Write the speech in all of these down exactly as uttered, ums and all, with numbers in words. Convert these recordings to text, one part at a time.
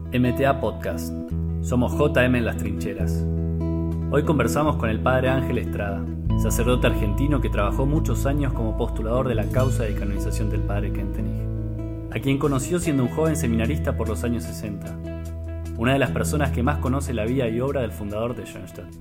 M T A Podcast. Somos J M en las trincheras. Hoy conversamos con el padre Ángel Estrada, sacerdote argentino que trabajó muchos años como postulador de la causa de canonización del padre Kentenich, a quien conoció siendo un joven seminarista por los años sesenta, una de las personas que más conoce la vida y obra del fundador de Schoenstatt.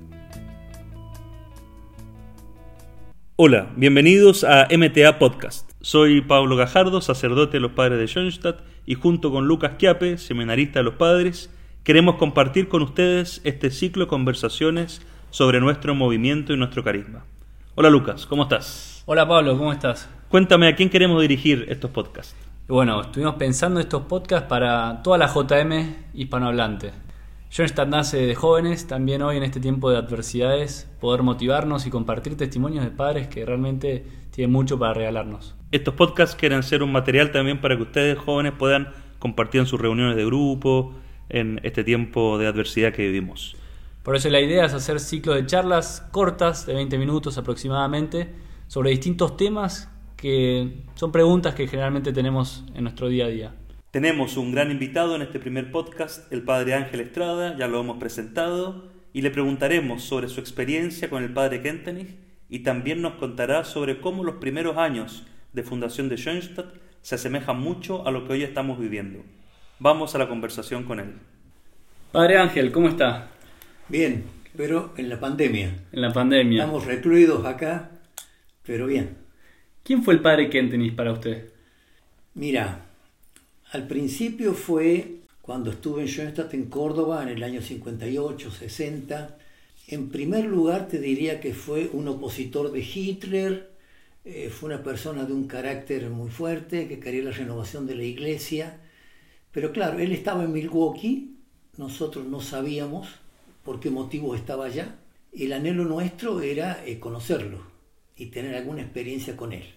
Hola, bienvenidos a M T A Podcast. Soy Pablo Gajardo, sacerdote de los Padres de Schoenstatt, y junto con Lucas Chiappe, seminarista de los Padres, queremos compartir con ustedes este ciclo de conversaciones sobre nuestro movimiento y nuestro carisma. Hola Lucas, ¿cómo estás? Hola Pablo, ¿cómo estás? Cuéntame, ¿a quién queremos dirigir estos podcasts? Bueno, estuvimos pensando estos podcasts para toda la J M hispanohablante. Schoenstatt nace de jóvenes, también hoy en este tiempo de adversidades, poder motivarnos y compartir testimonios de padres que realmente tienen mucho para regalarnos. Estos podcasts quieren ser un material también para que ustedes jóvenes puedan compartir en sus reuniones de grupo, en este tiempo de adversidad que vivimos. Por eso la idea es hacer ciclos de charlas cortas, de veinte minutos aproximadamente, sobre distintos temas que son preguntas que generalmente tenemos en nuestro día a día. Tenemos un gran invitado en este primer podcast, el padre Ángel Estrada, ya lo hemos presentado, y le preguntaremos sobre su experiencia con el padre Kentenich y también nos contará sobre cómo los primeros años de fundación de Schoenstatt se asemejan mucho a lo que hoy estamos viviendo. Vamos a la conversación con él. Padre Ángel, ¿cómo está? Bien, pero en la pandemia. En la pandemia. Estamos recluidos acá, pero bien. ¿Quién fue el padre Kentenich para usted? Mira, al principio fue cuando estuve en Schoenstatt en Córdoba en el año cincuenta y ocho, sesenta. En primer lugar te diría que fue un opositor de Hitler, eh, fue una persona de un carácter muy fuerte que quería la renovación de la iglesia. Pero claro, él estaba en Milwaukee, nosotros no sabíamos por qué motivos estaba allá. El anhelo nuestro era eh, conocerlo y tener alguna experiencia con él.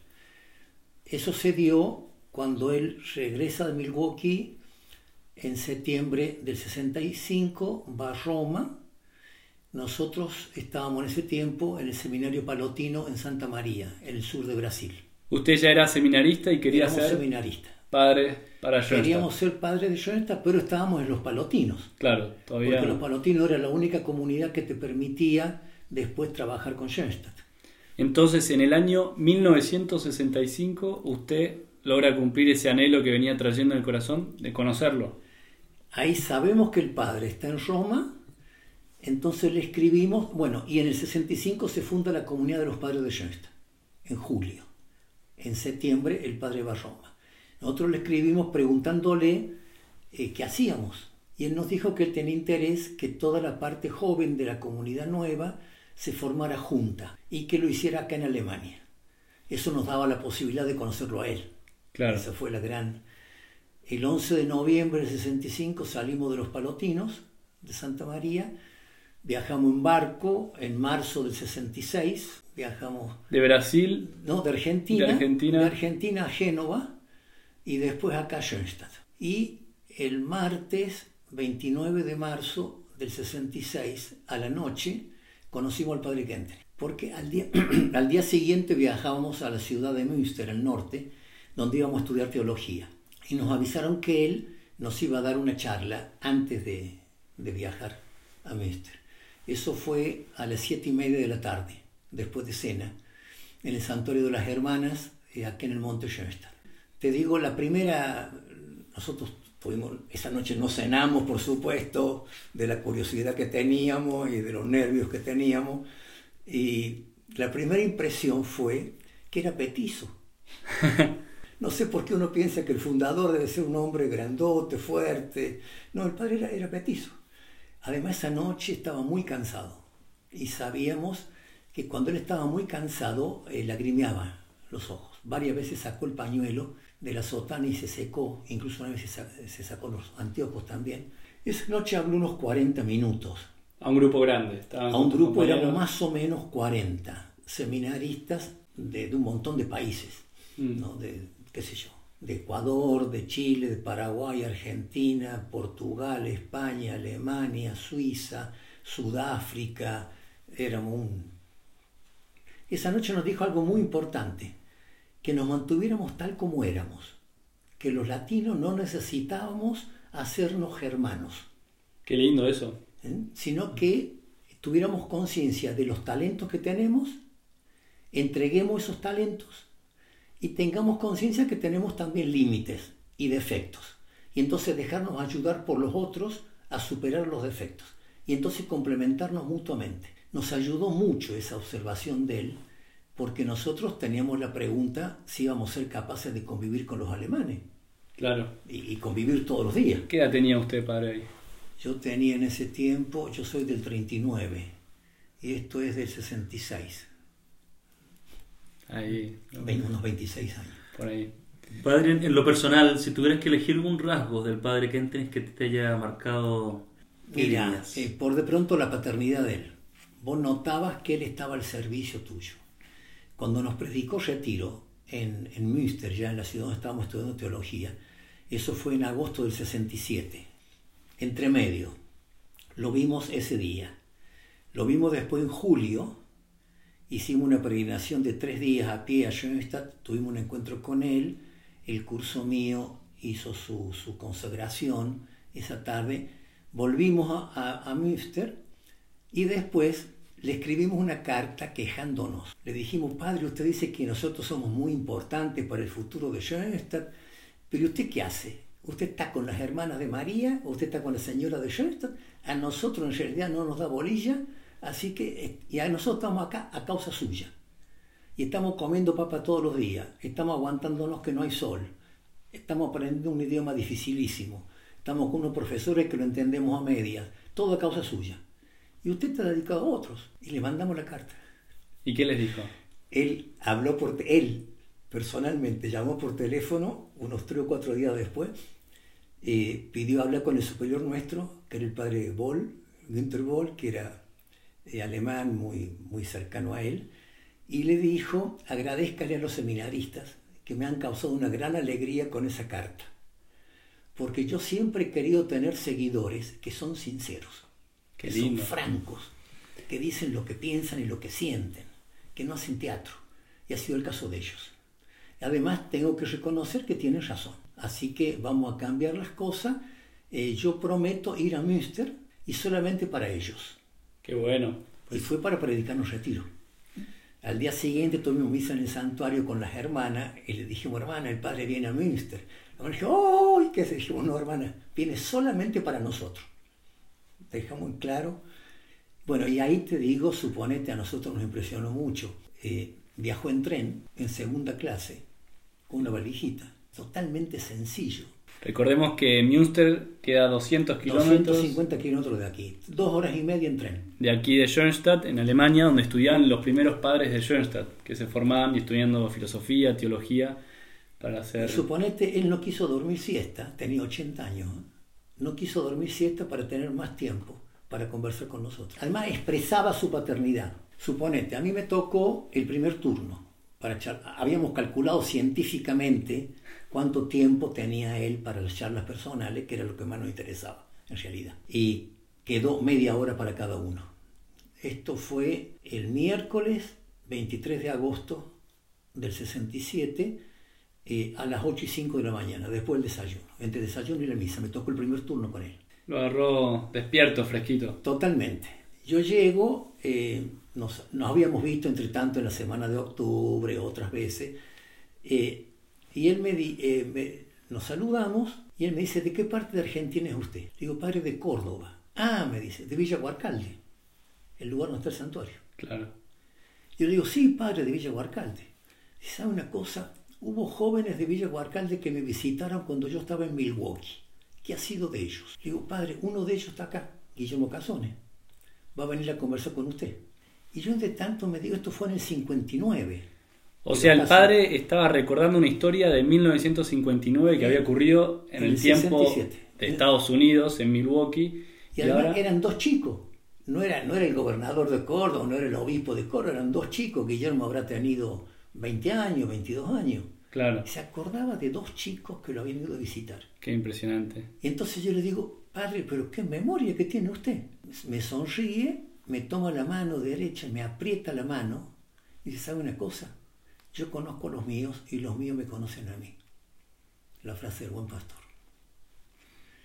Eso se dio cuando él regresa de Milwaukee en septiembre del sesenta y cinco, va a Roma. Nosotros estábamos en ese tiempo en el seminario palotino en Santa María, en el sur de Brasil. Usted ya era seminarista y quería Éramos ser seminarista. padre para Schoenstatt. Queríamos ser padres de Schoenstatt, pero estábamos en los palotinos. Claro, todavía. Porque los palotinos era la única comunidad que te permitía después trabajar con Schoenstatt. Entonces, en el año mil novecientos sesenta y cinco, usted logra cumplir ese anhelo que venía trayendo en el corazón de conocerlo. Ahí sabemos que el padre está en Roma, entonces le escribimos, bueno, y en el sesenta y cinco se funda la comunidad de los padres de Schoenstatt, en julio. En septiembre el padre va a Roma. Nosotros le escribimos preguntándole eh, qué hacíamos, y él nos dijo que él tenía interés que toda la parte joven de la comunidad nueva se formara junta y que lo hiciera acá en Alemania. Eso nos daba la posibilidad de conocerlo a él. Claro. Esa fue la gran... El once de noviembre del sesenta y cinco salimos de los palotinos de Santa María, viajamos en barco en marzo del sesenta y seis, viajamos... De Brasil. No, de Argentina. De Argentina. De Argentina a Génova y después acá a Schoenstatt. Y el martes veintinueve de marzo del sesenta y seis, a la noche, conocimos al padre Kentenich. Porque al día, al día siguiente viajábamos a la ciudad de Münster, al norte, donde íbamos a estudiar teología. Y nos avisaron que él nos iba a dar una charla antes de, de viajar a Münster. Eso fue a las siete y media de la tarde, después de cena, en el Santuario de las Hermanas, eh, aquí en el Monte Schoenstatt. Te digo, la primera, nosotros tuvimos, esa noche no cenamos, por supuesto, de la curiosidad que teníamos y de los nervios que teníamos, y la primera impresión fue que era petizo. No sé por qué uno piensa que el fundador debe ser un hombre grandote, fuerte. No, el padre era, era petizo. Además, esa noche estaba muy cansado. Y sabíamos que cuando él estaba muy cansado, eh, lagrimeaba los ojos. Varias veces sacó el pañuelo de la sotana y se secó. Incluso una vez se sacó los anteojos también. Esa noche habló unos cuarenta minutos. A un grupo grande. A un grupo éramos más o menos cuarenta seminaristas de, de un montón de países, mm. ¿no? De, qué sé yo, de Ecuador, de Chile, de Paraguay, Argentina, Portugal, España, Alemania, Suiza, Sudáfrica. Éramos un... Esa noche nos dijo algo muy importante, que nos mantuviéramos tal como éramos, que los latinos no necesitábamos hacernos germanos. Qué lindo eso. ¿Eh? Sino que tuviéramos conciencia de los talentos que tenemos, entreguemos esos talentos y tengamos conciencia que tenemos también límites y defectos. Y entonces dejarnos ayudar por los otros a superar los defectos. Y entonces complementarnos mutuamente. Nos ayudó mucho esa observación de él, porque nosotros teníamos la pregunta si íbamos a ser capaces de convivir con los alemanes. Claro. Y, y convivir todos los días. ¿Qué edad tenía usted, padre, ahí? Yo tenía en ese tiempo, yo soy del treinta y nueve, y esto es del sesenta y seis. Ahí. Unos veintiséis años. Por ahí. Padre, en lo personal, si tuvieras que elegir algún rasgo del padre Kentenich que te haya marcado, ¿qué Mira, dirías? eh, por de pronto la paternidad de él. Vos notabas que él estaba al servicio tuyo. Cuando nos predicó retiro en, en Münster, ya en la ciudad donde estábamos estudiando teología, eso fue en agosto del sesenta y siete. Entre medio, lo vimos ese día. Lo vimos después en julio. Hicimos una peregrinación de tres días a pie a Schoenstatt, tuvimos un encuentro con él, el curso mío hizo su, su consagración esa tarde, volvimos a, a, a Münster y después le escribimos una carta quejándonos. Le dijimos, padre, usted dice que nosotros somos muy importantes para el futuro de Schoenstatt, pero ¿usted qué hace? ¿Usted está con las hermanas de María? ¿Usted está con la señora de Schoenstatt? A nosotros en realidad no nos da bolilla. Así que, y a nosotros estamos acá a causa suya. Y estamos comiendo papa todos los días. Estamos aguantándonos que no hay sol. Estamos aprendiendo un idioma dificilísimo. Estamos con unos profesores que lo entendemos a medias. Todo a causa suya. Y usted está dedicado a otros. Y le mandamos la carta. ¿Y qué les dijo? Él habló por... Él personalmente llamó por teléfono unos tres o cuatro días después. Eh, pidió hablar con el superior nuestro, que era el padre Boll, Günther Boll, que era... alemán muy, muy cercano a él, y le dijo, agradézcale a los seminaristas que me han causado una gran alegría con esa carta, porque yo siempre he querido tener seguidores que son sinceros, Qué que lindo. son francos, que dicen lo que piensan y lo que sienten, que no hacen teatro, y ha sido el caso de ellos. Además, tengo que reconocer que tienen razón, así que vamos a cambiar las cosas. Eh, yo prometo ir a Münster y solamente para ellos. Qué bueno. Y fue para predicarnos retiro. Al día siguiente tuvimos misa en el santuario con las hermanas y le dijimos, hermana, el padre viene a Münster. La hermana dijo, ¡oh! ¿Qué se dijimos? No, hermana, viene solamente para nosotros. Te dejamos muy claro. Bueno, y ahí te digo, suponete, a nosotros nos impresionó mucho. Eh, viajó en tren, en segunda clase, con una valijita. Totalmente sencillo. Recordemos que Münster queda a doscientos kilómetros doscientos cincuenta kilómetros de aquí. Dos horas y media en tren. de aquí de Schoenstatt, en Alemania, donde estudiaban los primeros padres de Schoenstatt, que se formaban y estudiando filosofía, teología, para hacer... Suponete, él no quiso dormir siesta, tenía ochenta años, ¿eh? No quiso dormir siesta para tener más tiempo para conversar con nosotros. Además, expresaba su paternidad. Suponete, a mí me tocó el primer turno. Para charlar. Habíamos calculado científicamente cuánto tiempo tenía él para las charlas personales, que era lo que más nos interesaba, en realidad. Y quedó media hora para cada uno. Esto fue el miércoles veintitrés de agosto del sesenta y siete, eh, a las ocho y cinco de la mañana, después del desayuno. Entre el desayuno y la misa, me tocó el primer turno con él. Lo agarró despierto, fresquito. Totalmente. Yo llego, eh, nos, nos habíamos visto entre tanto en la semana de octubre, otras veces, eh, y él me, di, eh, me nos saludamos y él me dice, ¿de qué parte de Argentina es usted? Le digo, padre, de Córdoba. Ah, me dice, de Villa Guarcalde, el lugar donde está el santuario. Claro. Yo le digo, sí, padre, de Villa Guarcalde. Y sabe una cosa, hubo jóvenes de Villa Guarcalde que me visitaron cuando yo estaba en Milwaukee. ¿Qué ha sido de ellos? Le digo, padre, uno de ellos está acá, Guillermo Casone. Va a venir a conversar con usted. Y yo entre tanto me digo, esto fue en el cincuenta y nueve. O sea, el padre estaba recordando una historia de mil novecientos cincuenta y nueve que había ocurrido en, en el, el tiempo sesenta y siete. De Estados Unidos, en Milwaukee. Y, y además ahora... eran dos chicos. No era, no era el gobernador de Córdoba, no era el obispo de Córdoba, eran dos chicos. Guillermo habrá tenido veinte años, veintidós años. Claro. Y se acordaba de dos chicos que lo habían ido a visitar. Qué impresionante. Y entonces yo le digo, padre, pero qué memoria que tiene usted. Me sonríe, me toma la mano derecha, me aprieta la mano y dice, ¿sabe una cosa? Yo conozco a los míos y los míos me conocen a mí. La frase del buen pastor.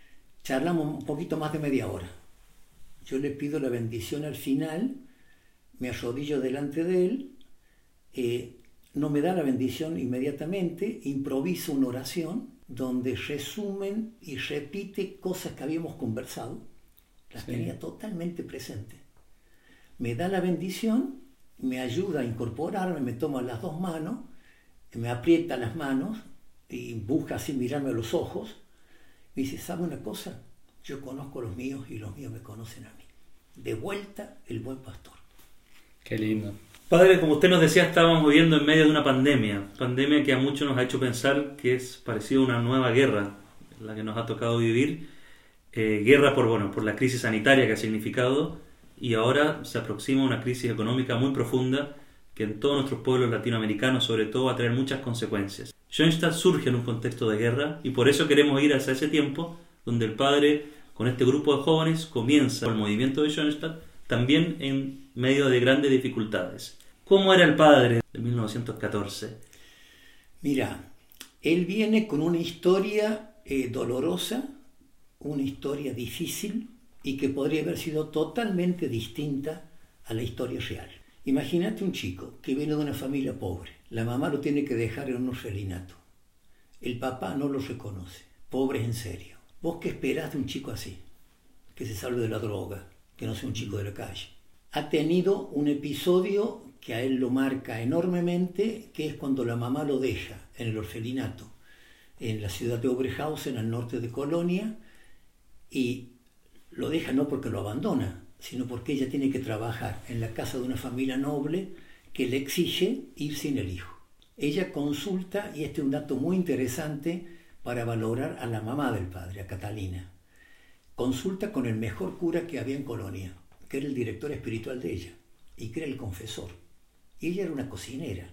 Charlamos un poquito más de media hora. Yo le pido la bendición al final, me arrodillo delante de él, eh, no me da la bendición inmediatamente, improviso una oración donde resumen y repite cosas que habíamos conversado, las sí. tenía totalmente presentes. Me da la bendición, me ayuda a incorporarme, me toma las dos manos, me aprieta las manos y busca así mirarme a los ojos. Me dice, ¿sabe una cosa? Yo conozco a los míos y los míos me conocen a mí. De vuelta el buen pastor. Qué lindo. Padre, como usted nos decía, estábamos viviendo en medio de una pandemia. Pandemia que a muchos nos ha hecho pensar que es parecido a una nueva guerra, la que nos ha tocado vivir. Eh, guerra por, bueno, por la crisis sanitaria que ha significado, y ahora se aproxima una crisis económica muy profunda que en todos nuestros pueblos latinoamericanos sobre todo va a traer muchas consecuencias. Schoenstatt surge en un contexto de guerra y por eso queremos ir hacia ese tiempo donde el padre con este grupo de jóvenes comienza el movimiento de Schoenstatt también en medio de grandes dificultades. ¿Cómo era el padre de mil novecientos catorce? Mira, él viene con una historia eh, dolorosa, una historia difícil y que podría haber sido totalmente distinta a la historia real. Imagínate un chico que viene de una familia pobre, la mamá lo tiene que dejar en un orfelinato, el papá no lo reconoce, pobre en serio. ¿Vos qué esperás de un chico así? Que se salve de la droga, que no sea un chico de la calle. Ha tenido un episodio que a él lo marca enormemente, que es cuando la mamá lo deja en el orfelinato, en la ciudad de Oberhausen, al norte de Colonia, y lo deja no porque lo abandona, sino porque ella tiene que trabajar en la casa de una familia noble que le exige ir sin el hijo. Ella consulta, y este es un dato muy interesante para valorar a la mamá del padre, a Catalina, consulta con el mejor cura que había en Colonia, que era el director espiritual de ella, y que era el confesor. Y ella era una cocinera.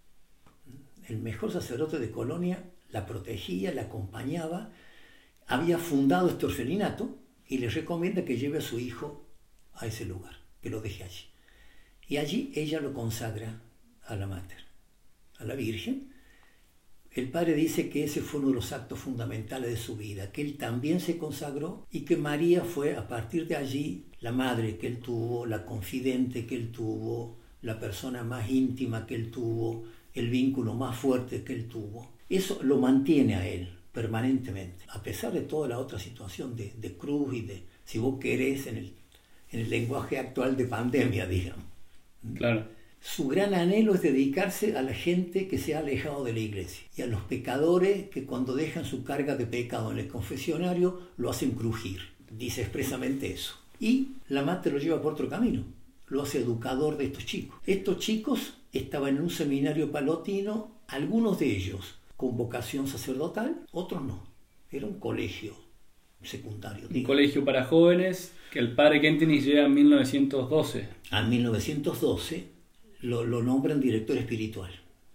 El mejor sacerdote de Colonia la protegía, la acompañaba, había fundado este orfelinato y le recomienda que lleve a su hijo a ese lugar, que lo deje allí. Y allí ella lo consagra a la Mater, a la Virgen. El padre dice que ese fue uno de los actos fundamentales de su vida, que él también se consagró y que María fue a partir de allí la madre que él tuvo, la confidente que él tuvo, la persona más íntima que él tuvo, el vínculo más fuerte que él tuvo. Eso lo mantiene a él permanentemente, a pesar de toda la otra situación de, de cruz y de, si vos querés, en el, en el lenguaje actual de pandemia, digamos. Claro. Su gran anhelo es dedicarse a la gente que se ha alejado de la iglesia y a los pecadores que cuando dejan su carga de pecado en el confesionario lo hacen crujir. Dice expresamente eso. Y la Mater lo lleva por otro camino, lo hace educador de estos chicos. Estos chicos estaban en un seminario palotino, algunos de ellos con vocación sacerdotal, otros no. Era un colegio secundario. Un digo. colegio para jóvenes que el padre Kentenich llega en mil novecientos doce. A mil novecientos doce lo, lo nombran director espiritual.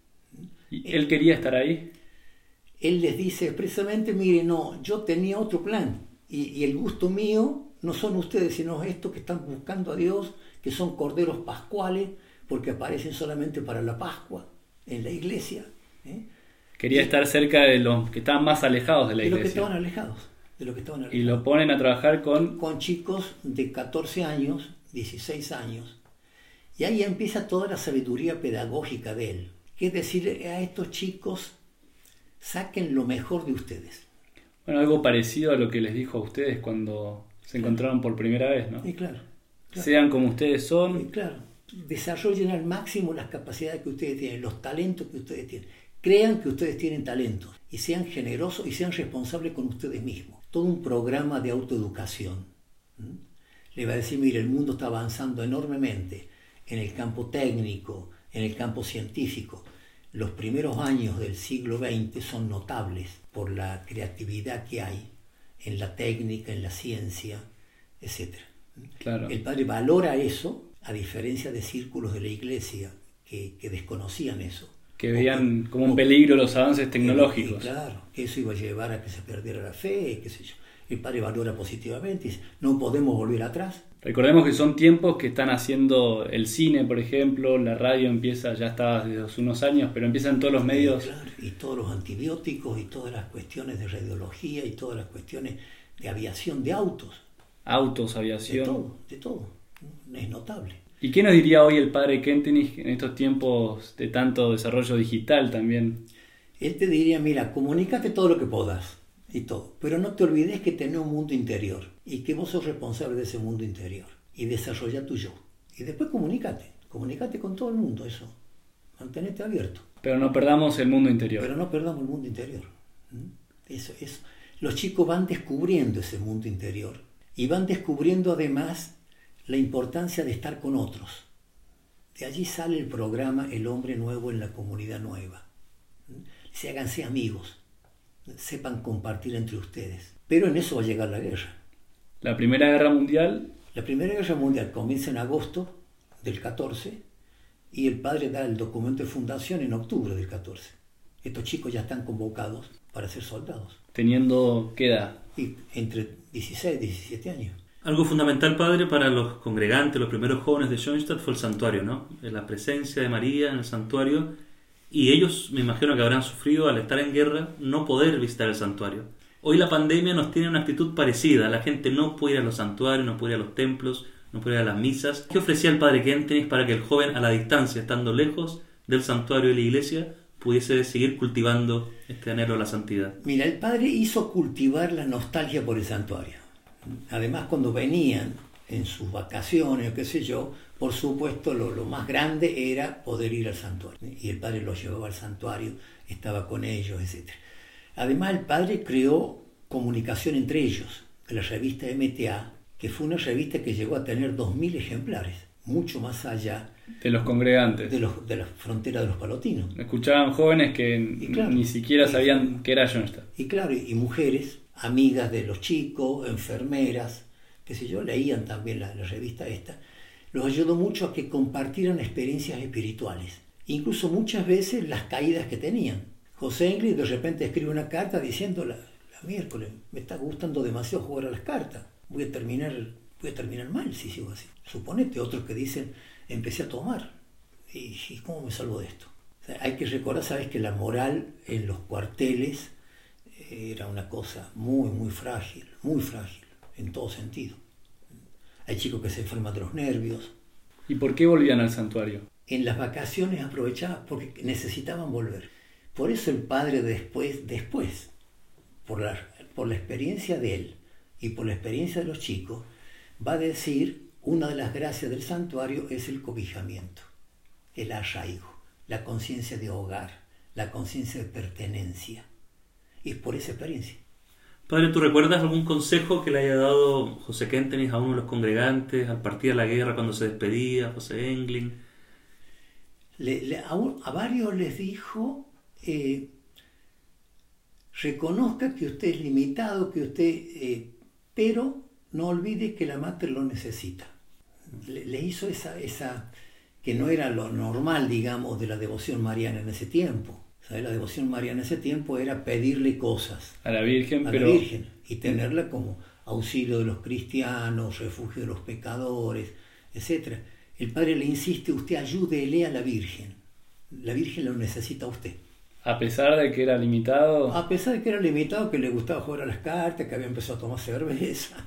¿Y él, él quería estar ahí? Él les dice expresamente, mire, no, yo tenía otro plan y, y el gusto mío no son ustedes, sino estos que están buscando a Dios, que son corderos pascuales, porque aparecen solamente para la Pascua en la iglesia. ¿eh? Quería y, estar cerca de los que estaban más alejados de la de iglesia. Los que estaban alejados, de los que estaban alejados. Y lo ponen a trabajar con... Con chicos de catorce años, dieciséis años. Y ahí empieza toda la sabiduría pedagógica de él. Que es decir, a estos chicos, saquen lo mejor de ustedes. Bueno, algo parecido a lo que les dijo a ustedes cuando se claro. encontraron por primera vez, ¿no? Sí, claro. claro. Sean como ustedes son. Sí, claro. Desarrollen al máximo las capacidades que ustedes tienen, los talentos que ustedes tienen. Crean que ustedes tienen talentos y sean generosos y sean responsables con ustedes mismos. Todo un programa de autoeducación. ¿Mm? Le va a decir, mire, el mundo está avanzando enormemente en el campo técnico, en el campo científico. Los primeros años del siglo veinte son notables por la creatividad que hay en la técnica, en la ciencia, etcétera. Claro. El padre valora eso, a diferencia de círculos de la iglesia que, que desconocían eso. Que veían que, como un peligro los avances tecnológicos. Que, claro, que eso iba a llevar a que se perdiera la fe, qué sé yo. El padre valora positivamente y dice, no podemos volver atrás. Recordemos que son tiempos que están haciendo el cine, por ejemplo, la radio empieza, ya está desde hace unos años, pero empiezan todos los medios. Sí, claro, y todos los antibióticos y todas las cuestiones de radiología y todas las cuestiones de aviación, de autos. Autos, aviación. De todo, de todo. Es notable. ¿Y qué nos diría hoy el padre Kentenich en estos tiempos de tanto desarrollo digital también? Él te diría, mira, comunícate todo lo que puedas y todo, pero no te olvides que tenés un mundo interior y que vos sos responsable de ese mundo interior y desarrolla tu yo. Y después comunícate, comunícate con todo el mundo, eso. Mantenete abierto. Pero no perdamos el mundo interior. Pero no perdamos el mundo interior. Eso, eso. Los chicos van descubriendo ese mundo interior y van descubriendo además la importancia de estar con otros. De allí sale el programa El Hombre Nuevo en la Comunidad Nueva. Se háganse amigos, sepan compartir entre ustedes. Pero en eso va a llegar la guerra. La Primera Guerra Mundial. La Primera Guerra Mundial comienza en agosto del catorce y el padre da el documento de fundación en octubre del catorce. Estos chicos ya están convocados para ser soldados. ¿Teniendo qué edad? Y entre dieciséis y diecisiete años. Algo fundamental, padre, para los congregantes, los primeros jóvenes de Schoenstatt fue el santuario, ¿no? La presencia de María en el santuario. Y ellos, me imagino que habrán sufrido al estar en guerra no poder visitar el santuario. Hoy la pandemia nos tiene una actitud parecida. La gente no puede ir a los santuarios, no puede ir a los templos, no puede ir a las misas. ¿Qué ofrecía el padre Kentenich para que el joven a la distancia, estando lejos del santuario de la iglesia, pudiese seguir cultivando este anhelo a la santidad? Mira, el padre hizo cultivar la nostalgia por el santuario. Además, cuando venían en sus vacaciones, o qué sé yo, por supuesto lo, lo más grande era poder ir al santuario. Y el padre los llevaba al santuario, estaba con ellos, etcétera. Además, el padre creó comunicación entre ellos, la revista M T A, que fue una revista que llegó a tener dos mil ejemplares, mucho más allá de los congregantes, de, los, de la frontera de los palotinos. Escuchaban jóvenes que claro, ni siquiera sabían y, que era Schoenstatt. Y claro, y, y mujeres, amigas de los chicos, enfermeras, qué sé yo, leían también la, la revista esta. Los ayudó mucho a que compartieran experiencias espirituales, incluso muchas veces las caídas que tenían. José English de repente escribe una carta diciendo, la, la miércoles, me está gustando demasiado jugar a las cartas, voy a terminar, voy a terminar mal si sigo así. Suponete otros que dicen, empecé a tomar, y, y ¿cómo me salvo de esto? O sea, hay que recordar, sabes, que la moral en los cuarteles era una cosa muy, muy frágil, muy frágil, en todo sentido. Hay chicos que se enferman de los nervios. ¿Y por qué volvían al santuario? En las vacaciones aprovechaban porque necesitaban volver. Por eso el padre después, después por la, por la experiencia de él y por la experiencia de los chicos, va a decir, una de las gracias del santuario es el cobijamiento, el arraigo, la conciencia de hogar, la conciencia de pertenencia. Y es por esa experiencia. Padre, ¿tú recuerdas algún consejo que le haya dado José Kentenich a uno de los congregantes al partir de la guerra, cuando se despedía, José Englin? Le, le, a, un, a varios les dijo, eh, reconozca que usted es limitado, que usted, eh, pero no olvide que la madre lo necesita. Le, le hizo esa, esa, que no era lo normal, digamos, de la devoción mariana en ese tiempo. ¿Sabes? La devoción mariana en ese tiempo era pedirle cosas a la Virgen, a pero... la Virgen y tenerla como auxilio de los cristianos, refugio de los pecadores, etcétera. El padre le insiste, usted ayúdele a la Virgen. La Virgen lo necesita a usted. A pesar de que era limitado. A pesar de que era limitado, que le gustaba jugar a las cartas, que había empezado a tomar cerveza.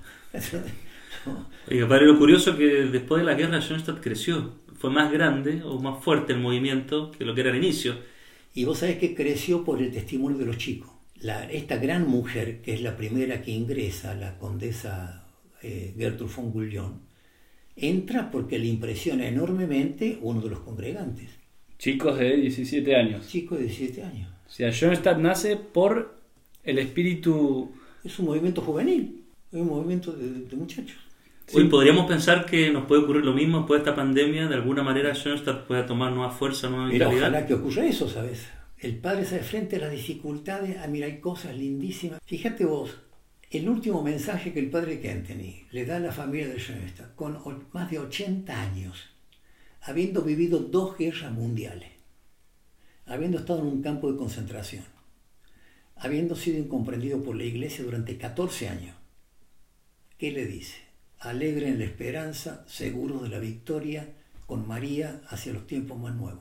No. Oiga, padre, lo curioso es que después de la guerra Schoenstatt creció. Fue más grande o más fuerte el movimiento que lo que era al inicio. Y vos sabés que creció por el testimonio de los chicos. La, esta gran mujer, que es la primera que ingresa, la condesa eh, Gertrude von Gullón, entra porque le impresiona enormemente uno de los congregantes. Chicos de diecisiete años. Chicos de diecisiete años. O sea, Schoenstatt nace por el espíritu... Es un movimiento juvenil, es un movimiento de, de muchachos. Hoy sí. Podríamos pensar que nos puede ocurrir lo mismo después de esta pandemia, de alguna manera Schoenstatt pueda tomar nueva fuerza, nueva vitalidad. Mira, ojalá que ocurra eso, ¿sabes? El padre se frente a las dificultades, ah, mira, hay cosas lindísimas. Fíjate vos, el último mensaje que el padre Kentenich le da a la familia de Schoenstatt, con más de ochenta años, habiendo vivido dos guerras mundiales, habiendo estado en un campo de concentración, habiendo sido incomprendido por la iglesia durante catorce años, ¿qué le dice? Alegre en la esperanza, seguros de la victoria, con María hacia los tiempos más nuevos.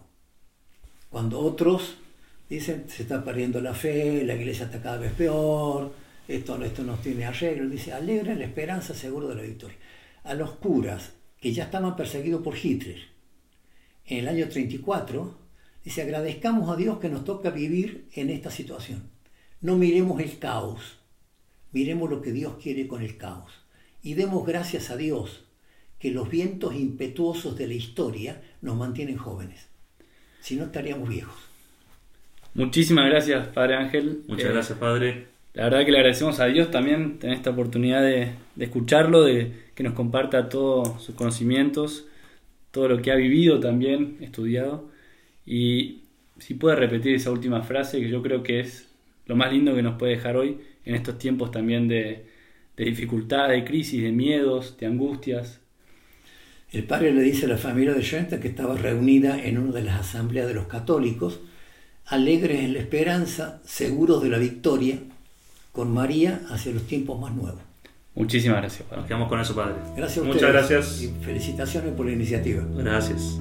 Cuando otros dicen, se está perdiendo la fe, la iglesia está cada vez peor, esto, esto no tiene arreglo. Dice, alegre la esperanza, seguro de la victoria. A los curas que ya estaban perseguidos por Hitler en el año treinta y cuatro, dice, agradezcamos a Dios que nos toca vivir en esta situación. No miremos el caos, miremos lo que Dios quiere con el caos. Y demos gracias a Dios que los vientos impetuosos de la historia nos mantienen jóvenes. Si no, estaríamos viejos. Muchísimas gracias, Padre Ángel. Muchas eh, gracias, Padre. La verdad que le agradecemos a Dios también tener esta oportunidad de, de escucharlo, de que nos comparta todos sus conocimientos, todo lo que ha vivido también, estudiado. Y si puede repetir esa última frase, que yo creo que es lo más lindo que nos puede dejar hoy, en estos tiempos también de, de dificultad, de crisis, de miedos, de angustias. El padre le dice a la familia de Schoenstatt, que estaba reunida en una de las asambleas de los católicos, alegres en la esperanza, seguros de la victoria, con María hacia los tiempos más nuevos. Muchísimas gracias, Padre. Nos quedamos con eso, Padre. Gracias a Muchas ustedes. gracias. Y felicitaciones por la iniciativa. Gracias.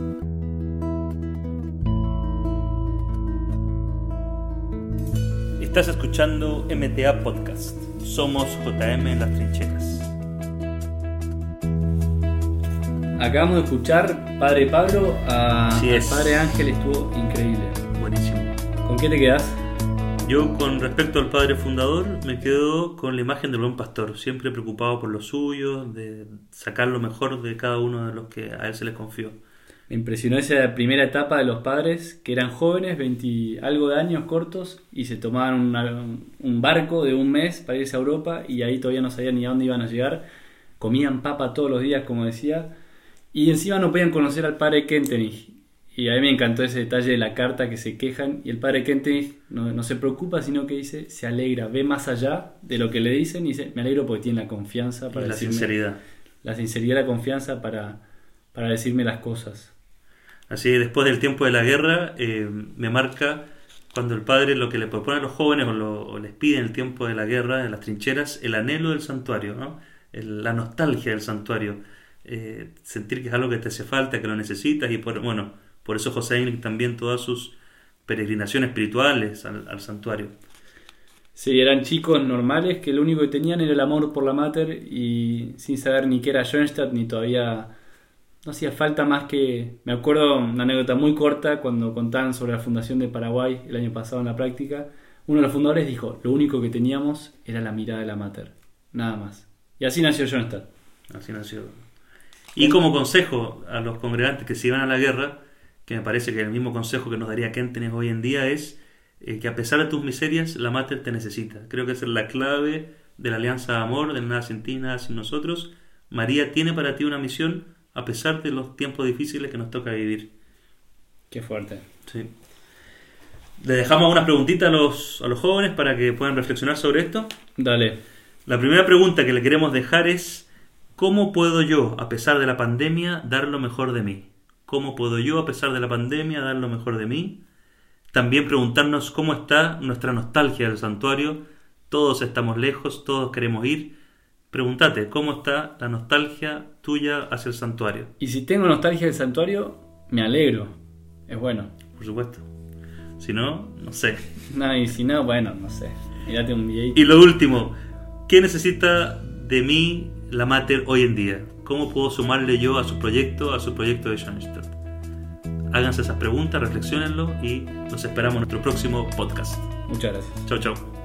Estás escuchando M T A Podcast. Somos J M en las trincheras. Acabamos de escuchar, Padre Pablo, a Así es. Padre Ángel, estuvo increíble. Buenísimo. ¿Con qué te quedás? Yo, con respecto al padre fundador, me quedo con la imagen del buen pastor, siempre preocupado por los suyos, de sacar lo mejor de cada uno de los que a él se les confió. Me impresionó esa primera etapa de los padres, que eran jóvenes, veinte algo de años cortos, y se tomaban una, un barco de un mes para irse a Europa, y ahí todavía no sabían ni a dónde iban a llegar. Comían papa todos los días, como decía, y encima no podían conocer al padre Kentenich. Y a mí me encantó ese detalle de la carta, que se quejan, y el padre Kentenich no, no se preocupa, sino que dice, se alegra, ve más allá de lo que le dicen, y dice, me alegro porque tiene la confianza para Y la decirme, sinceridad. la sinceridad y la confianza para, para decirme las cosas. Así, después del tiempo de la guerra, eh, me marca cuando el padre lo que le propone a los jóvenes o, lo, o les pide en el tiempo de la guerra, en las trincheras, el anhelo del santuario, ¿no? El, la nostalgia del santuario, eh, sentir que es algo que te hace falta, que lo necesitas, y por, bueno, por eso José Heinrich también todas sus peregrinaciones espirituales al, al santuario. Sí, eran chicos normales que lo único que tenían era el amor por la Mater, y sin saber ni qué era Schoenstatt, ni todavía no hacía falta más que... Me acuerdo una anécdota muy corta cuando contaban sobre la fundación de Paraguay el año pasado en la práctica. Uno de los fundadores dijo, lo único que teníamos era la mirada de la Mater, nada más. Y así nació Schoenstatt. Así nació. Y como consejo a los congregantes que se iban a la guerra, que me parece que el mismo consejo que nos daría Kentenich hoy en día es eh, que a pesar de tus miserias, la Mater te necesita. Creo que esa es la clave de la alianza de amor, del nada sin ti, nada sin nosotros. María tiene para ti una misión a pesar de los tiempos difíciles que nos toca vivir. Qué fuerte. Sí. Le dejamos unas preguntitas a los, a los jóvenes para que puedan reflexionar sobre esto. Dale. La primera pregunta que le queremos dejar es: ¿cómo puedo yo, a pesar de la pandemia, dar lo mejor de mí? ¿Cómo puedo yo, a pesar de la pandemia, dar lo mejor de mí? También preguntarnos cómo está nuestra nostalgia del santuario. Todos estamos lejos, todos queremos ir. Pregúntate, ¿cómo está la nostalgia tuya hacia el santuario? Y si tengo nostalgia del santuario, me alegro. Es bueno. Por supuesto. Si no, no sé. No, y si no, bueno, no sé. Mirate un videito. Y lo último, ¿qué necesita de mí la Mater hoy en día? ¿Cómo puedo sumarle yo a su proyecto, a su proyecto de Schoenstatt? Háganse esas preguntas, reflexionenlo y nos esperamos en nuestro próximo podcast. Muchas gracias. Chau, chau.